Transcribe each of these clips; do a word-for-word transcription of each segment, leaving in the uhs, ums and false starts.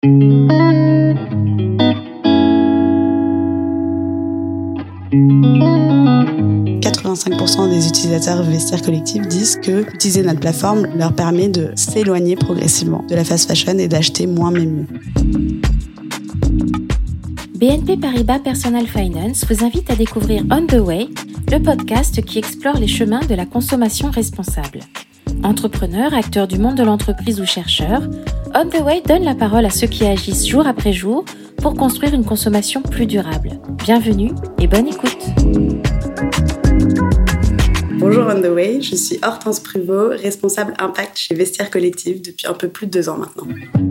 quatre-vingt-cinq pour cent des utilisateurs Vestiaire Collective disent que utiliser notre plateforme leur permet de s'éloigner progressivement de la fast fashion et d'acheter moins mais mieux. B N P Paribas Personal Finance vous invite à découvrir On The Way, le podcast qui explore les chemins de la consommation responsable. Entrepreneurs, acteurs du monde de l'entreprise ou chercheurs, On The Way donne la parole à ceux qui agissent jour après jour pour construire une consommation plus durable. Bienvenue et bonne écoute. Bonjour On The Way, je suis Hortense Pruvot, responsable impact chez Vestiaire Collective depuis un peu plus de deux ans maintenant.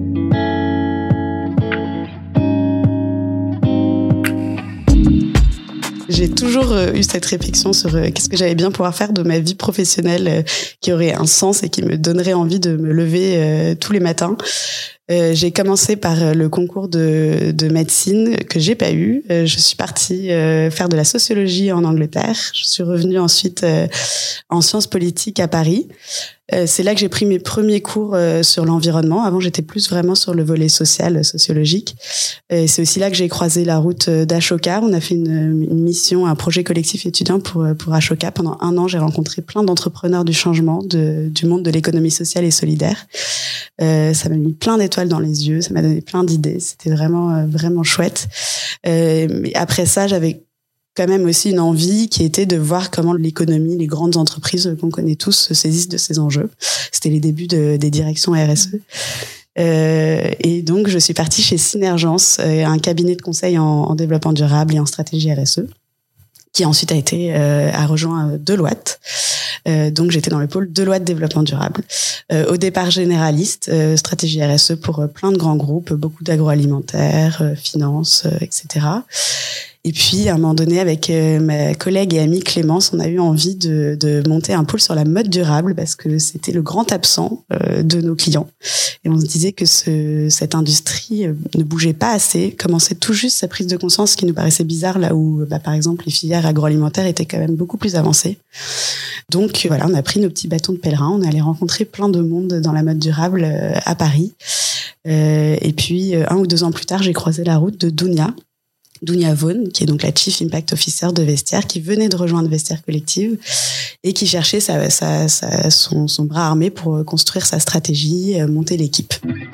J'ai toujours euh, eu cette réflexion sur euh, qu'est-ce que j'allais bien pouvoir faire de ma vie professionnelle euh, qui aurait un sens et qui me donnerait envie de me lever euh, tous les matins. Euh, j'ai commencé par le concours de, de médecine que j'ai pas eu. Euh, je suis partie euh, faire de la sociologie en Angleterre. Je suis revenue ensuite euh, en sciences politiques à Paris. Euh, c'est là que j'ai pris mes premiers cours euh, sur l'environnement. Avant, j'étais plus vraiment sur le volet social, sociologique. Et c'est aussi là que j'ai croisé la route d'Ashoka. On a fait une, une mission, un projet collectif étudiant pour, pour Ashoka. Pendant un an, j'ai rencontré plein d'entrepreneurs du changement, de, du monde de l'économie sociale et solidaire. Euh, ça m'a mis plein d'étoiles dans les yeux, ça m'a donné plein d'idées. C'était vraiment, vraiment chouette. Euh, mais après ça, j'avais quand même aussi une envie qui était de voir comment l'économie, les grandes entreprises qu'on connaît tous se saisissent de ces enjeux. C'était les débuts de, des directions R S E. Euh, et donc, je suis partie chez Synergence, un cabinet de conseil en, en développement durable et en stratégie R S E, qui ensuite a été euh, a rejoint Deloitte. Euh, donc, j'étais dans le pôle Deloitte développement durable. Euh, au départ généraliste, euh, stratégie R S E pour euh, plein de grands groupes, beaucoup d'agroalimentaire, euh, finance, euh, et cetera. Et puis, à un moment donné, avec euh, ma collègue et amie Clémence, on a eu envie de, de monter un pôle sur la mode durable parce que c'était le grand absent euh, de nos clients. Et on se disait que ce, cette industrie euh, ne bougeait pas assez, commençait tout juste sa prise de conscience, ce qui nous paraissait bizarre, là où, bah, par exemple, les filières agroalimentaires étaient quand même beaucoup plus avancées. Donc, voilà, on a pris nos petits bâtons de pèlerin, on est allé rencontrer plein de monde dans la mode durable euh, à Paris. Euh, et puis, euh, un ou deux ans plus tard, j'ai croisé la route de Dounia, Dounia Vaughan, qui est donc la Chief Impact Officer de Vestiaire, qui venait de rejoindre Vestiaire Collective et qui cherchait sa, sa, sa, son, son bras armé pour construire sa stratégie, monter l'équipe.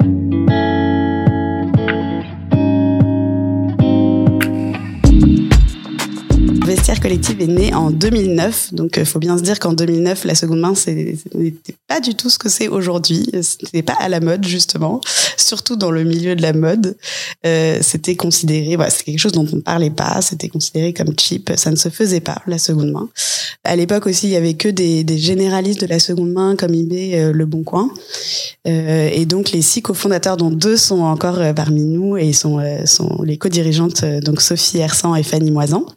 Vestiaire Collective est né en deux mille neuf, donc il faut bien se dire qu'en deux mille neuf, la seconde main, ce n'était pas du tout ce que c'est aujourd'hui. C'était pas à la mode, justement, surtout dans le milieu de la mode. Euh, c'était considéré, voilà, c'était quelque chose dont on ne parlait pas, c'était considéré comme cheap, ça ne se faisait pas, la seconde main. À l'époque aussi, il y avait que des, des généralistes de la seconde main, comme eBay, euh, Le Bon Coin. Euh, et donc, les six cofondateurs, dont deux sont encore euh, parmi nous, et ils sont, euh, sont les co-dirigeantes, euh, donc Sophie Hersan et Fanny Moisan.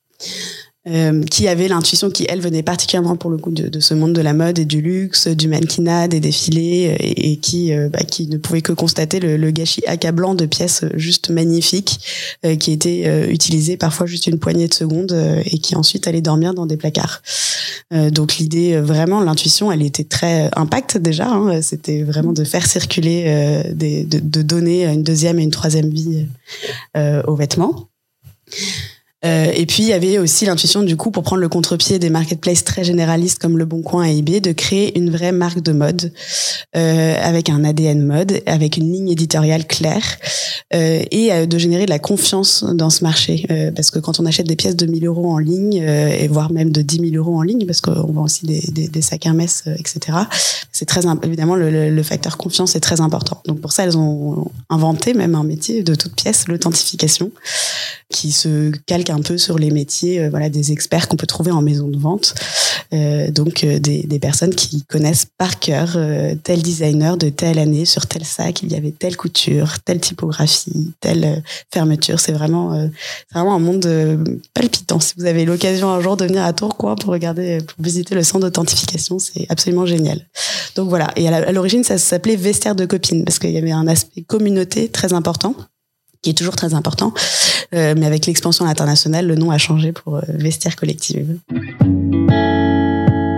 Euh, qui avait l'intuition, qui elle venait particulièrement pour le coup de, de ce monde de la mode et du luxe, du mannequinat, des défilés, et, et qui euh, bah, qui ne pouvait que constater le, le gâchis accablant de pièces juste magnifiques euh, qui étaient euh, utilisées parfois juste une poignée de secondes euh, et qui ensuite allaient dormir dans des placards. Euh, donc l'idée, euh, vraiment, l'intuition, elle était très impact déjà. Hein, c'était vraiment de faire circuler, euh, des, de, de donner une deuxième et une troisième vie euh, aux vêtements. Euh, et puis, il y avait aussi l'intuition, du coup, pour prendre le contre-pied des marketplaces très généralistes comme Le Bon Coin et eBay, de créer une vraie marque de mode euh, avec un A D N mode, avec une ligne éditoriale claire euh, et euh, de générer de la confiance dans ce marché. Euh, parce que quand on achète des pièces de mille euros en ligne, euh, et voire même de dix mille euros en ligne, parce qu'on vend aussi des, des, des sacs Hermès, euh, et cetera, c'est très, évidemment, le, le, le facteur confiance est très important. Donc, pour ça, elles ont inventé même un métier de toute pièce, l'authentification, qui se calque un peu sur les métiers euh, voilà, des experts qu'on peut trouver en maison de vente. Euh, donc, euh, des, des personnes qui connaissent par cœur euh, tel designer de telle année, sur tel sac, il y avait telle couture, telle typographie, telle euh, fermeture. C'est vraiment, euh, c'est vraiment un monde euh, palpitant. Si vous avez l'occasion un jour de venir à Tourcoing pour regarder, pour visiter le centre d'authentification, c'est absolument génial. Donc voilà. Et à, la, à l'origine, ça s'appelait Vestiaire de copines parce qu'il y avait un aspect communauté très important, qui est toujours très important. Euh, mais avec l'expansion internationale, le nom a changé pour euh, Vestiaire Collective.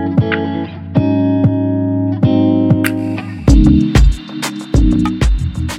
Donc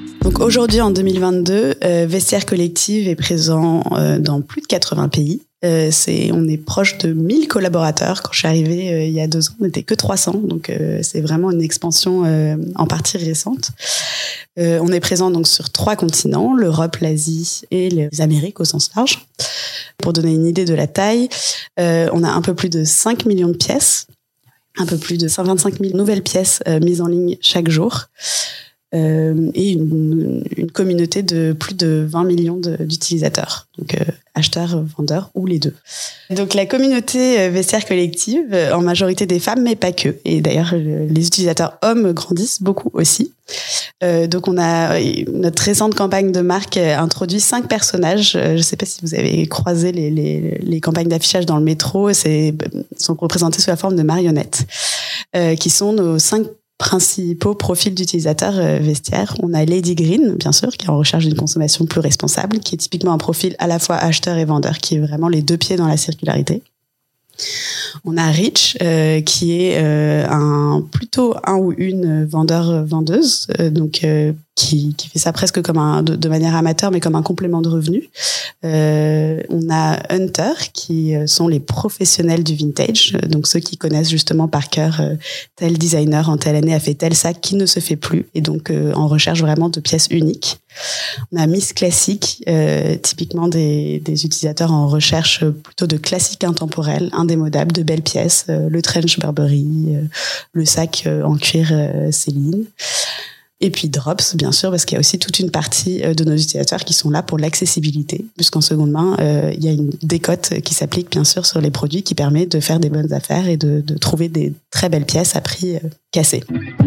Aujourd'hui, en deux mille vingt-deux, euh, Vestiaire Collective est présent euh, dans plus de quatre-vingts pays. Euh, c'est, on est proche de mille collaborateurs. Quand je suis arrivée euh, il y a deux ans, on n'était que trois cents. Donc, euh, c'est vraiment une expansion euh, en partie récente. Euh, on est présent donc sur trois continents, l'Europe, l'Asie et les Amériques au sens large. Pour donner une idée de la taille, euh, on a un peu plus de cinq millions de pièces, un peu plus de cent vingt-cinq mille nouvelles pièces euh, mises en ligne chaque jour. Euh, et une, une communauté de plus de vingt millions de, d'utilisateurs, donc euh, acheteurs, vendeurs ou les deux. Donc la communauté euh, Vestiaire Collective, euh, en majorité des femmes, mais pas que. Et d'ailleurs, le, les utilisateurs hommes grandissent beaucoup aussi. Euh, donc on a notre récente campagne de marque introduit cinq personnages. Je ne sais pas si vous avez croisé les, les, les campagnes d'affichage dans le métro. C'est sont représentés sous la forme de marionnettes, euh, qui sont nos cinq principaux profils d'utilisateurs euh, vestiaires. On a Lady Green, bien sûr, qui est en recherche d'une consommation plus responsable, qui est typiquement un profil à la fois acheteur et vendeur, qui est vraiment les deux pieds dans la circularité. On a Rich, euh, qui est euh, un plutôt un ou une vendeur-vendeuse, euh, donc euh, qui, qui fait ça presque comme un, de, de manière amateur, mais comme un complément de revenu. Euh, on a Hunter, qui sont les professionnels du vintage, donc ceux qui connaissent justement par cœur euh, tel designer en telle année a fait tel sac qui ne se fait plus, et donc euh, en recherche vraiment de pièces uniques. On a Miss Classique, euh, typiquement des, des utilisateurs en recherche plutôt de classiques intemporels, indémodables, de belles pièces, euh, le trench Burberry, euh, le sac euh, en cuir euh, Céline. Et puis Drops, bien sûr, parce qu'il y a aussi toute une partie de nos utilisateurs qui sont là pour l'accessibilité, puisqu'en seconde main, euh, il y a une décote qui s'applique bien sûr sur les produits qui permet de faire des bonnes affaires et de, de trouver des très belles pièces à prix euh, cassé.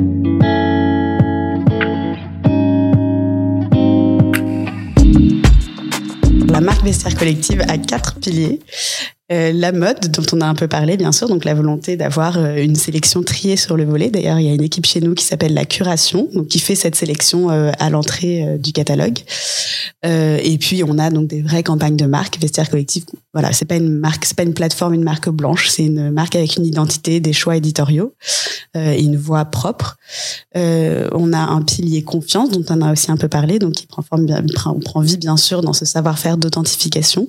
La marque Vestiaire Collective a quatre piliers. Euh, la mode, dont on a un peu parlé, bien sûr, donc la volonté d'avoir euh, une sélection triée sur le volet. D'ailleurs, il y a une équipe chez nous qui s'appelle la Curation, donc qui fait cette sélection euh, à l'entrée euh, du catalogue. Euh, et puis, on a donc des vraies campagnes de marque. Vestiaire Collective, voilà, c'est pas une marque, c'est pas une plateforme, une marque blanche, c'est une marque avec une identité, des choix éditoriaux euh, et une voix propre. Euh, on a un pilier confiance, dont on a aussi un peu parlé, donc qui prend forme, bien, prend, prend vie bien sûr dans ce savoir-faire d'authentification.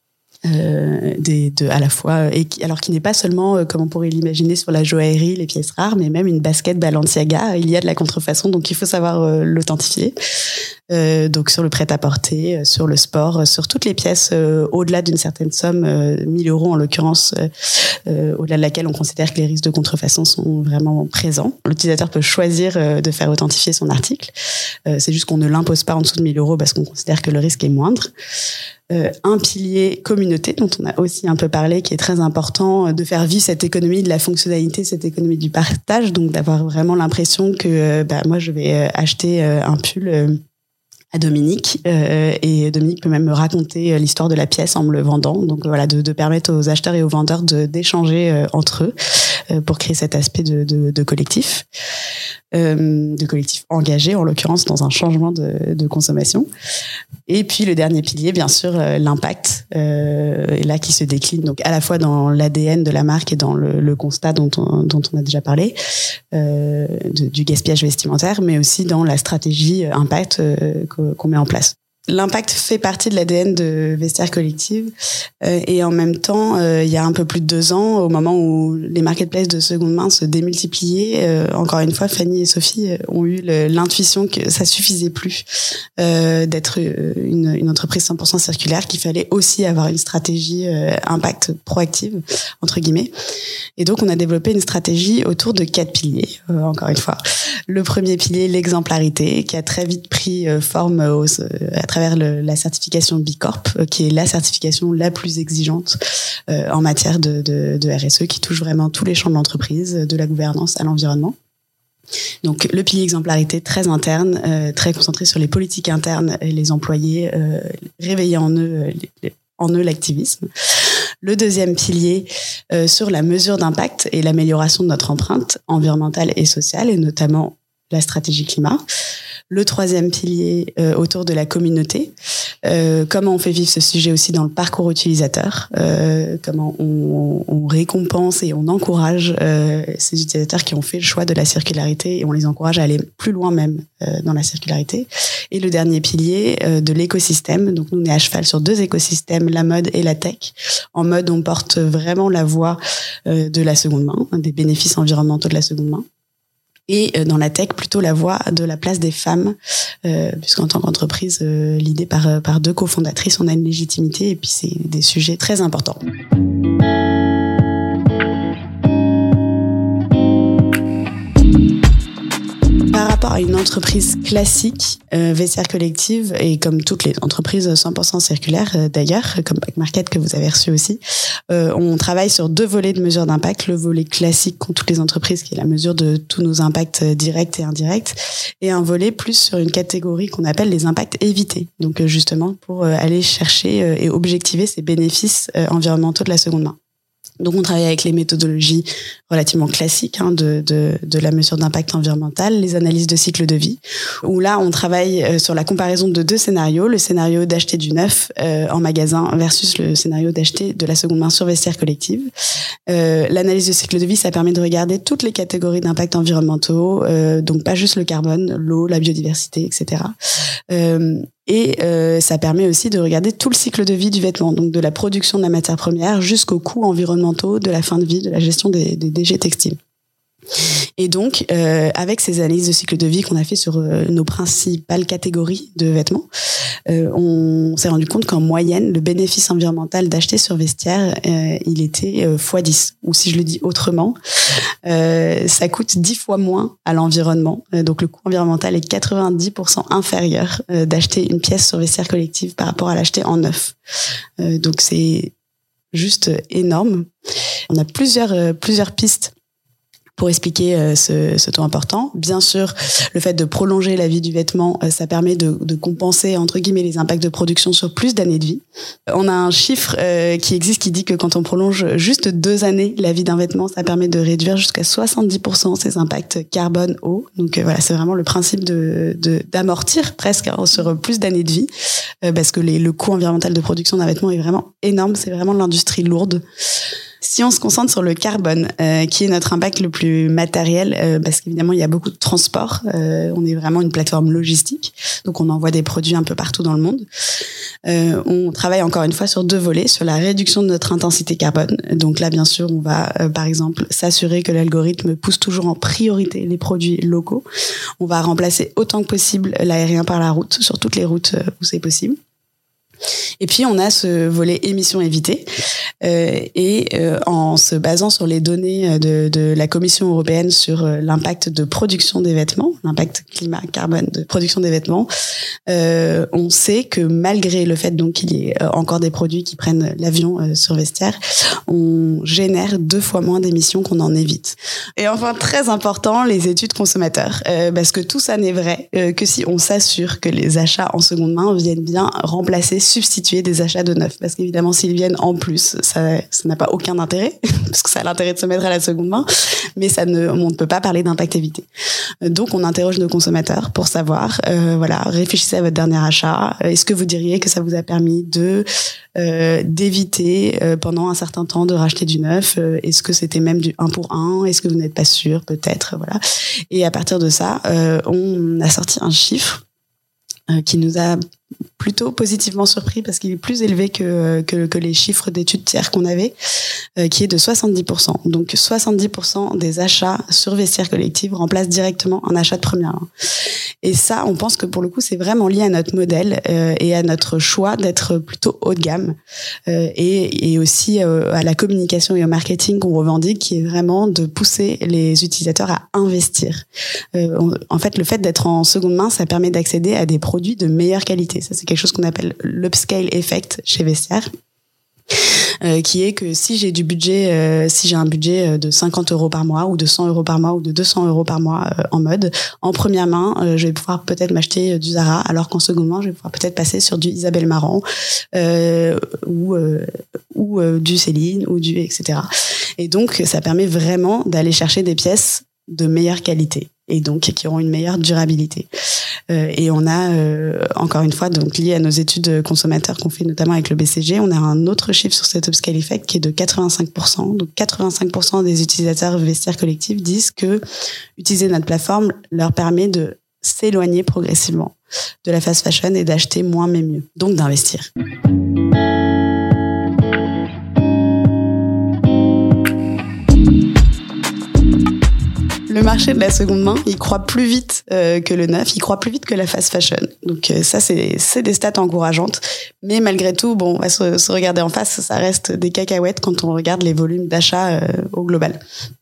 Euh, des, de, à la fois, et qui, alors qui n'est pas seulement, euh, comme on pourrait l'imaginer, sur la joaillerie, les pièces rares, mais même une basket Balenciaga, il y a de la contrefaçon, donc il faut savoir euh, l'authentifier. Euh, donc sur le prêt-à-porter, euh, sur le sport, euh, sur toutes les pièces euh, au-delà d'une certaine somme, euh, mille euros en l'occurrence, euh, euh, au-delà de laquelle on considère que les risques de contrefaçon sont vraiment présents. L'utilisateur peut choisir euh, de faire authentifier son article. Euh, c'est juste qu'on ne l'impose pas en dessous de mille euros parce qu'on considère que le risque est moindre. Euh, un pilier communauté dont on a aussi un peu parlé, qui est très important, euh, de faire vivre cette économie de la fonctionnalité, cette économie du partage, donc d'avoir vraiment l'impression que euh, bah, moi je vais euh, acheter euh, un pull euh, à Dominique euh, et Dominique peut même me raconter euh, l'histoire de la pièce en me le vendant, donc voilà, de, de permettre aux acheteurs et aux vendeurs de, d'échanger euh, entre eux euh, pour créer cet aspect de, de, de collectif. Euh, de collectifs engagés, en l'occurrence, dans un changement de, de consommation. Et puis, le dernier pilier, bien sûr, euh, l'impact, euh, et là, qui se décline donc à la fois dans l'A D N de la marque et dans le, le constat dont on, dont on a déjà parlé, euh, de, du gaspillage vestimentaire, mais aussi dans la stratégie impact euh, qu'on met en place. L'impact fait partie de l'A D N de Vestiaire Collective euh, et en même temps, euh, il y a un peu plus de deux ans, au moment où les marketplaces de seconde main se démultipliaient, euh, encore une fois, Fanny et Sophie ont eu le, l'intuition que ça suffisait plus euh, d'être une, une entreprise cent pour cent circulaire, qu'il fallait aussi avoir une stratégie euh, impact proactive, entre guillemets. Et donc, on a développé une stratégie autour de quatre piliers, euh, encore une fois. Le premier pilier, l'exemplarité, qui a très vite pris euh, forme au, à travers le, la certification B Corp, euh, qui est la certification la plus exigeante euh, en matière de, de, de R S E, qui touche vraiment tous les champs de l'entreprise, de la gouvernance à l'environnement. Donc le pilier exemplarité très interne, euh, très concentré sur les politiques internes et les employés, euh, réveiller en eux, les, en eux l'activisme. Le deuxième pilier euh, sur la mesure d'impact et l'amélioration de notre empreinte environnementale et sociale, et notamment la stratégie climat. Le troisième pilier euh, autour de la communauté. Euh, comment on fait vivre ce sujet aussi dans le parcours utilisateur. Euh, comment on, on récompense et on encourage euh, ces utilisateurs qui ont fait le choix de la circularité et on les encourage à aller plus loin même euh, dans la circularité. Et le dernier pilier euh, de l'écosystème. Donc nous, on est à cheval sur deux écosystèmes, la mode et la tech. En mode, on porte vraiment la voix euh, de la seconde main, des bénéfices environnementaux de la seconde main. Et dans la tech, plutôt la voix de la place des femmes, euh, puisqu'en tant qu'entreprise, euh, l'idée par, par deux cofondatrices, on a une légitimité et puis c'est des sujets très importants. Par rapport à une entreprise classique, euh, Vestiaire Collective, et comme toutes les entreprises cent pour cent circulaires euh, d'ailleurs, comme Back Market que vous avez reçu aussi, euh, on travaille sur deux volets de mesure d'impact. Le volet classique, comme toutes les entreprises, qui est la mesure de tous nos impacts directs et indirects, et un volet plus sur une catégorie qu'on appelle les impacts évités. Donc justement pour euh, aller chercher euh, et objectiver ces bénéfices euh, environnementaux de la seconde main. Donc, on travaille avec les méthodologies relativement classiques hein, de, de, de la mesure d'impact environnemental, les analyses de cycle de vie, où là, on travaille sur la comparaison de deux scénarios, le scénario d'acheter du neuf euh, en magasin versus le scénario d'acheter de la seconde main sur Vestiaire Collective. Euh, l'analyse de cycle de vie, ça permet de regarder toutes les catégories d'impacts environnementaux, euh, donc pas juste le carbone, l'eau, la biodiversité, et cetera. Euh, Et euh, ça permet aussi de regarder tout le cycle de vie du vêtement, donc de la production de la matière première jusqu'aux coûts environnementaux de la fin de vie, de la gestion des, des déchets textiles. Et donc, euh, avec ces analyses de cycle de vie qu'on a fait sur euh, nos principales catégories de vêtements, euh, on s'est rendu compte qu'en moyenne, le bénéfice environnemental d'acheter sur Vestiaire, euh, il était euh, fois dix. Ou si je le dis autrement, euh, ça coûte dix fois moins à l'environnement. Euh, donc, le coût environnemental est quatre-vingt-dix pour cent inférieur euh, d'acheter une pièce sur Vestiaire Collective par rapport à l'acheter en neuf. Euh, donc, c'est juste énorme. On a plusieurs, euh, plusieurs pistes pour expliquer euh, ce, ce taux important. Bien sûr, le fait de prolonger la vie du vêtement, euh, ça permet de, de compenser, entre guillemets, les impacts de production sur plus d'années de vie. On a un chiffre euh, qui existe qui dit que quand on prolonge juste deux années la vie d'un vêtement, ça permet de réduire jusqu'à soixante-dix pour cent ses impacts carbone-eau. Donc euh, voilà, c'est vraiment le principe de, de, d'amortir presque hein, sur plus d'années de vie, euh, parce que les, le coût environnemental de production d'un vêtement est vraiment énorme. C'est vraiment l'industrie lourde. Si on se concentre sur le carbone, euh, qui est notre impact le plus matériel, euh, parce qu'évidemment, il y a beaucoup de transport. Euh, on est vraiment une plateforme logistique. Donc, on envoie des produits un peu partout dans le monde. Euh, on travaille encore une fois sur deux volets, sur la réduction de notre intensité carbone. Donc là, bien sûr, on va, euh, par exemple, s'assurer que l'algorithme pousse toujours en priorité les produits locaux. On va remplacer autant que possible l'aérien par la route, sur toutes les routes où c'est possible. Et puis, on a ce volet émissions évitées. Euh, et euh, en se basant sur les données de, de la Commission européenne sur euh, l'impact de production des vêtements, l'impact climat carbone de production des vêtements, euh, on sait que malgré le fait donc qu'il y ait encore des produits qui prennent l'avion euh, sur Vestiaire, on génère deux fois moins d'émissions qu'on en évite. Et enfin, très important, les études consommateurs, euh, parce que tout ça n'est vrai euh, que si on s'assure que les achats en seconde main viennent bien remplacer, substituer des achats de neuf. Parce qu'évidemment, s'ils viennent en plus, ça, ça n'a pas aucun intérêt, parce que ça a l'intérêt de se mettre à la seconde main, mais ça ne, on ne peut pas parler d'impact évité. Donc, on interroge nos consommateurs pour savoir, euh, voilà, réfléchissez à votre dernier achat. Est-ce que vous diriez que ça vous a permis de euh, d'éviter euh, pendant un certain temps de racheter du neuf? Est-ce que c'était même du un pour un? Est-ce que vous n'êtes pas sûr? Peut-être, voilà. Et à partir de ça, euh, on a sorti un chiffre euh, qui nous a plutôt positivement surpris parce qu'il est plus élevé que, que, que les chiffres d'études tiers qu'on avait, euh, qui est de soixante-dix pour cent. Donc soixante-dix pour cent des achats sur Vestiaire Collective remplacent directement un achat de première main. Et ça, on pense que pour le coup, c'est vraiment lié à notre modèle euh, et à notre choix d'être plutôt haut de gamme euh, et, et aussi euh, à la communication et au marketing qu'on revendique, qui est vraiment de pousser les utilisateurs à investir. Euh, on, en fait, le fait d'être en seconde main, ça permet d'accéder à des produits de meilleure qualité. Ça, c'est quelque chose qu'on appelle l'upscale effect chez Vestiaire, euh, qui est que si j'ai du budget, euh, si j'ai un budget de cinquante euros par mois ou de cent euros par mois ou de deux cents euros par mois euh, en mode, en première main, euh, je vais pouvoir peut-être m'acheter du Zara, alors qu'en seconde main, je vais pouvoir peut-être passer sur du Isabelle Marant euh, ou euh, ou euh, du Céline ou du et cetera. Et donc, ça permet vraiment d'aller chercher des pièces de meilleure qualité. et donc qui auront une meilleure durabilité. Euh, et on a, euh, encore une fois, donc lié à nos études consommateurs qu'on fait notamment avec le B C G, on a un autre chiffre sur cet upscale effect qui est de quatre-vingt-cinq pour cent. Donc quatre-vingt-cinq pour cent des utilisateurs Vestiaire Collectif disent que utiliser notre plateforme leur permet de s'éloigner progressivement de la fast fashion et d'acheter moins mais mieux, donc d'investir. Le marché de la seconde main, il croît plus vite euh, que le neuf, il croît plus vite que la fast fashion. Donc euh, ça, c'est, c'est des stats encourageantes. Mais malgré tout, bon, on va se, se regarder en face, ça reste des cacahuètes quand on regarde les volumes d'achat euh, au global.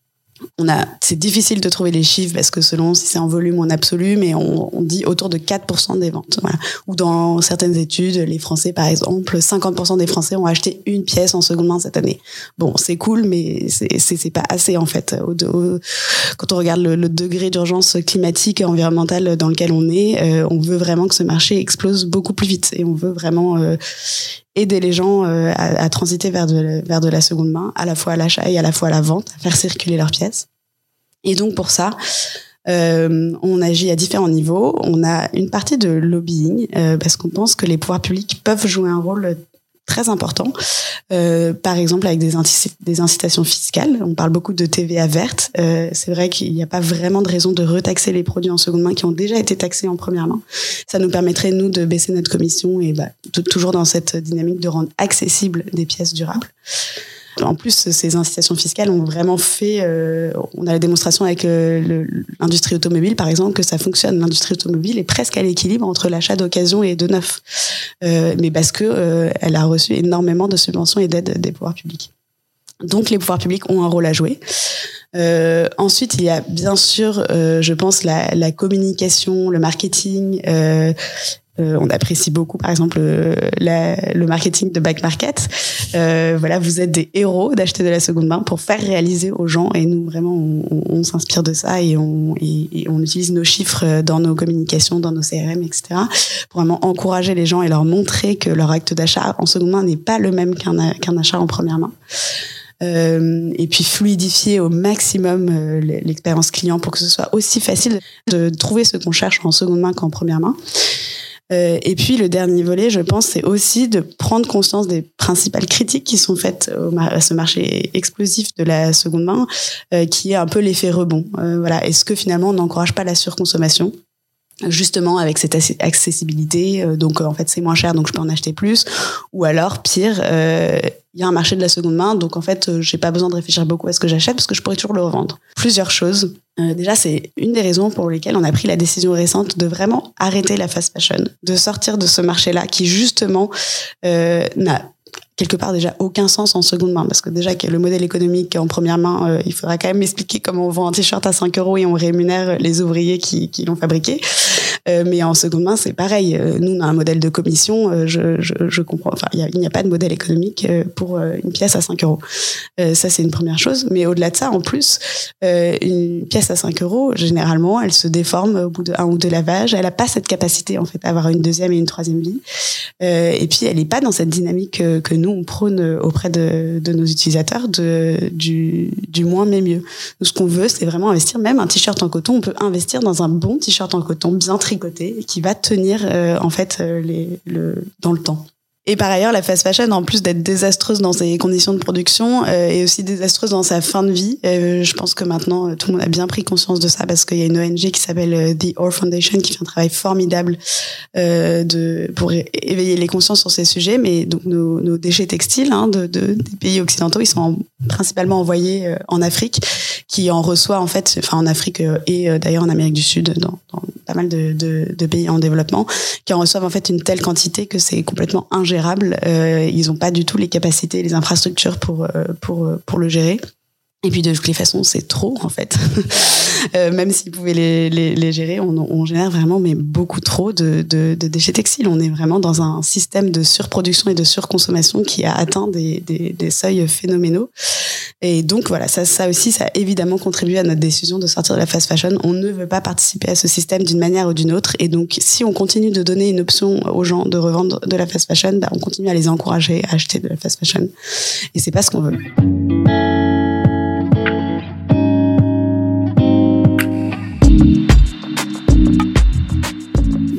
On a, c'est difficile de trouver les chiffres parce que selon si c'est en volume ou en absolu, mais on, on dit autour de quatre pour cent des ventes. Voilà. Ou dans certaines études, les Français, par exemple, cinquante pour cent des Français ont acheté une pièce en seconde main cette année. Bon, c'est cool, mais c'est, c'est, c'est pas assez, en fait. Au, au, quand on regarde le, le degré d'urgence climatique et environnementale dans lequel on est, euh, on veut vraiment que ce marché explose beaucoup plus vite et on veut vraiment euh, aider les gens euh, à, à transiter vers de, vers de la seconde main, à la fois à l'achat et à la fois à la vente, à faire circuler leurs pièces. Et donc pour ça, euh, on agit à différents niveaux. On a une partie de lobbying euh, parce qu'on pense que les pouvoirs publics peuvent jouer un rôle très important. Euh, par exemple avec des, inti- des incitations fiscales. On parle beaucoup de T V A verte. Euh, c'est vrai qu'il n'y a pas vraiment de raison de retaxer les produits en seconde main qui ont déjà été taxés en première main. Ça nous permettrait, nous, de baisser notre commission et bah, t- toujours dans cette dynamique de rendre accessibles des pièces durables. En plus, ces incitations fiscales ont vraiment fait... Euh, on a la démonstration avec euh, le, l'industrie automobile, par exemple, que ça fonctionne. L'industrie automobile est presque à l'équilibre entre l'achat d'occasion et de neuf. Euh, mais parce que euh, elle a reçu énormément de subventions et d'aides des pouvoirs publics. Donc, les pouvoirs publics ont un rôle à jouer. Euh, ensuite, il y a bien sûr, euh, je pense, la, la communication, le marketing... Euh, Euh, on apprécie beaucoup, par exemple, euh, la, le marketing de Back Market. Euh, voilà, vous êtes des héros d'acheter de la seconde main pour faire réaliser aux gens. Et nous, vraiment, on, on, on s'inspire de ça et on, et, et on utilise nos chiffres dans nos communications, dans nos C R M, et cetera, pour vraiment encourager les gens et leur montrer que leur acte d'achat en seconde main n'est pas le même qu'un, qu'un achat en première main. Euh, et puis fluidifier au maximum euh, l'expérience client pour que ce soit aussi facile de trouver ce qu'on cherche en seconde main qu'en première main. Euh, et puis le dernier volet, je pense, c'est aussi de prendre conscience des principales critiques qui sont faites au mar- à ce marché explosif de la seconde main, euh, qui est un peu l'effet rebond. Euh, voilà, est-ce que finalement on n'encourage pas la surconsommation ? Justement avec cette accessibilité, euh, donc euh, en fait c'est moins cher donc je peux en acheter plus, ou alors pire, euh, il y a un marché de la seconde main donc en fait euh, j'ai pas besoin de réfléchir beaucoup à ce que j'achète parce que je pourrais toujours le revendre. Plusieurs choses. Euh, déjà c'est une des raisons pour lesquelles on a pris la décision récente de vraiment arrêter la fast fashion, de sortir de ce marché-là qui justement euh, n'a quelque part déjà aucun sens en seconde main parce que déjà que le modèle économique en première main, euh, il faudra quand même expliquer comment on vend un t-shirt à cinq euros et on rémunère les ouvriers qui, qui l'ont fabriqué. Euh, mais en seconde main, c'est pareil. Euh, nous, on a un modèle de commission. Euh, je, je, je comprends. Enfin, il n'y a, a pas de modèle économique euh, pour euh, une pièce à cinq euros. Euh, ça, c'est une première chose. Mais au-delà de ça, en plus, euh, une pièce à cinq euros, généralement, elle se déforme au bout d'un ou deux lavages. Elle n'a pas cette capacité, en fait, à avoir une deuxième et une troisième vie. Euh, et puis, elle n'est pas dans cette dynamique que, que nous, on prône auprès de, de nos utilisateurs de, du, du moins mais mieux. Nous, ce qu'on veut, c'est vraiment investir. Même un t-shirt en coton, on peut investir dans un bon t-shirt en coton, bien tricoté, qui va tenir euh, en fait euh, les, le, dans le temps. Et par ailleurs, la fast fashion, en plus d'être désastreuse dans ses conditions de production, euh, est aussi désastreuse dans sa fin de vie. Euh, je pense que maintenant, tout le monde a bien pris conscience de ça parce qu'il y a une O N G qui s'appelle The Ore Foundation qui fait un travail formidable euh, de, pour éveiller les consciences sur ces sujets. Mais donc nos, nos déchets textiles hein, de, de, des pays occidentaux, ils sont en, principalement envoyés euh, en Afrique, qui en reçoit en fait, enfin en Afrique euh, et euh, d'ailleurs en Amérique du Sud, dans, dans pas mal de, de, de pays en développement, qui en reçoivent en fait une telle quantité que c'est complètement ingérable. Euh, ils n'ont pas du tout les capacités, les infrastructures pour euh, pour pour le gérer. Et puis de toutes les façons, c'est trop en fait. euh, même s'ils pouvaient les, les, les gérer, on, on génère vraiment mais beaucoup trop de, de, de déchets textiles. On est vraiment dans un système de surproduction et de surconsommation qui a atteint des, des, des seuils phénoménaux. Et donc voilà, ça, ça aussi, ça a évidemment contribué à notre décision de sortir de la fast fashion. On ne veut pas participer à ce système d'une manière ou d'une autre. Et donc, si on continue de donner une option aux gens de revendre de la fast fashion, bah, on continue à les encourager à acheter de la fast fashion. Et c'est pas ce qu'on veut. Thank you.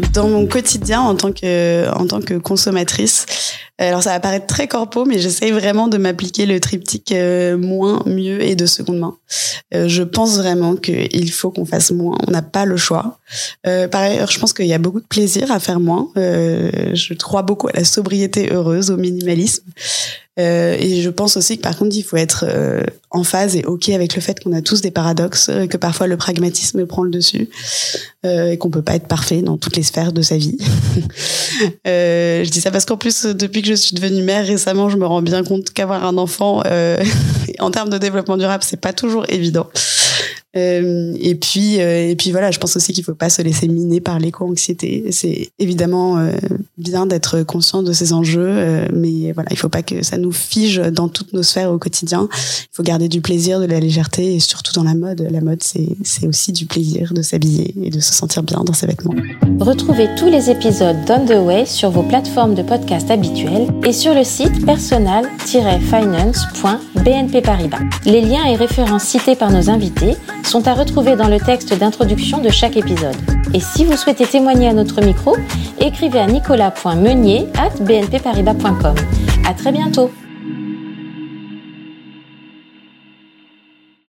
Dans mon quotidien en tant que, en tant que consommatrice, alors ça va paraître très corpo, mais j'essaye vraiment de m'appliquer le triptyque euh, moins, mieux et de seconde main. Euh, je pense vraiment qu'il faut qu'on fasse moins, on n'a pas le choix. Euh, par ailleurs, je pense qu'il y a beaucoup de plaisir à faire moins. Euh, je crois beaucoup à la sobriété heureuse, au minimalisme. Euh, et je pense aussi que par contre, il faut être euh, en phase et OK avec le fait qu'on a tous des paradoxes, euh, que parfois le pragmatisme prend le dessus, euh, et qu'on peut pas être parfait dans toutes les sphères de sa vie. euh, je dis ça parce qu'en plus, depuis que je suis devenue mère récemment, je me rends bien compte qu'avoir un enfant, euh, en termes de développement durable, c'est pas toujours évident. Euh, et puis euh, et puis voilà, je pense aussi qu'il faut pas se laisser miner par l'éco-anxiété. C'est évidemment euh, bien d'être conscient de ces enjeux, euh, mais voilà, il faut pas que ça nous fige dans toutes nos sphères au quotidien. Il faut garder du plaisir, de la légèreté, et surtout dans la mode. La mode, c'est c'est aussi du plaisir de s'habiller et de se sentir bien dans ses vêtements. Retrouvez tous les épisodes d'On the Way sur vos plateformes de podcast habituelles et sur le site personal tiret finance point b n p paribas. Les liens et références cités par nos invités sont à retrouver dans le texte d'introduction de chaque épisode. Et si vous souhaitez témoigner à notre micro, écrivez à nicolas point meunier arobase b n p paribas point com. À très bientôt.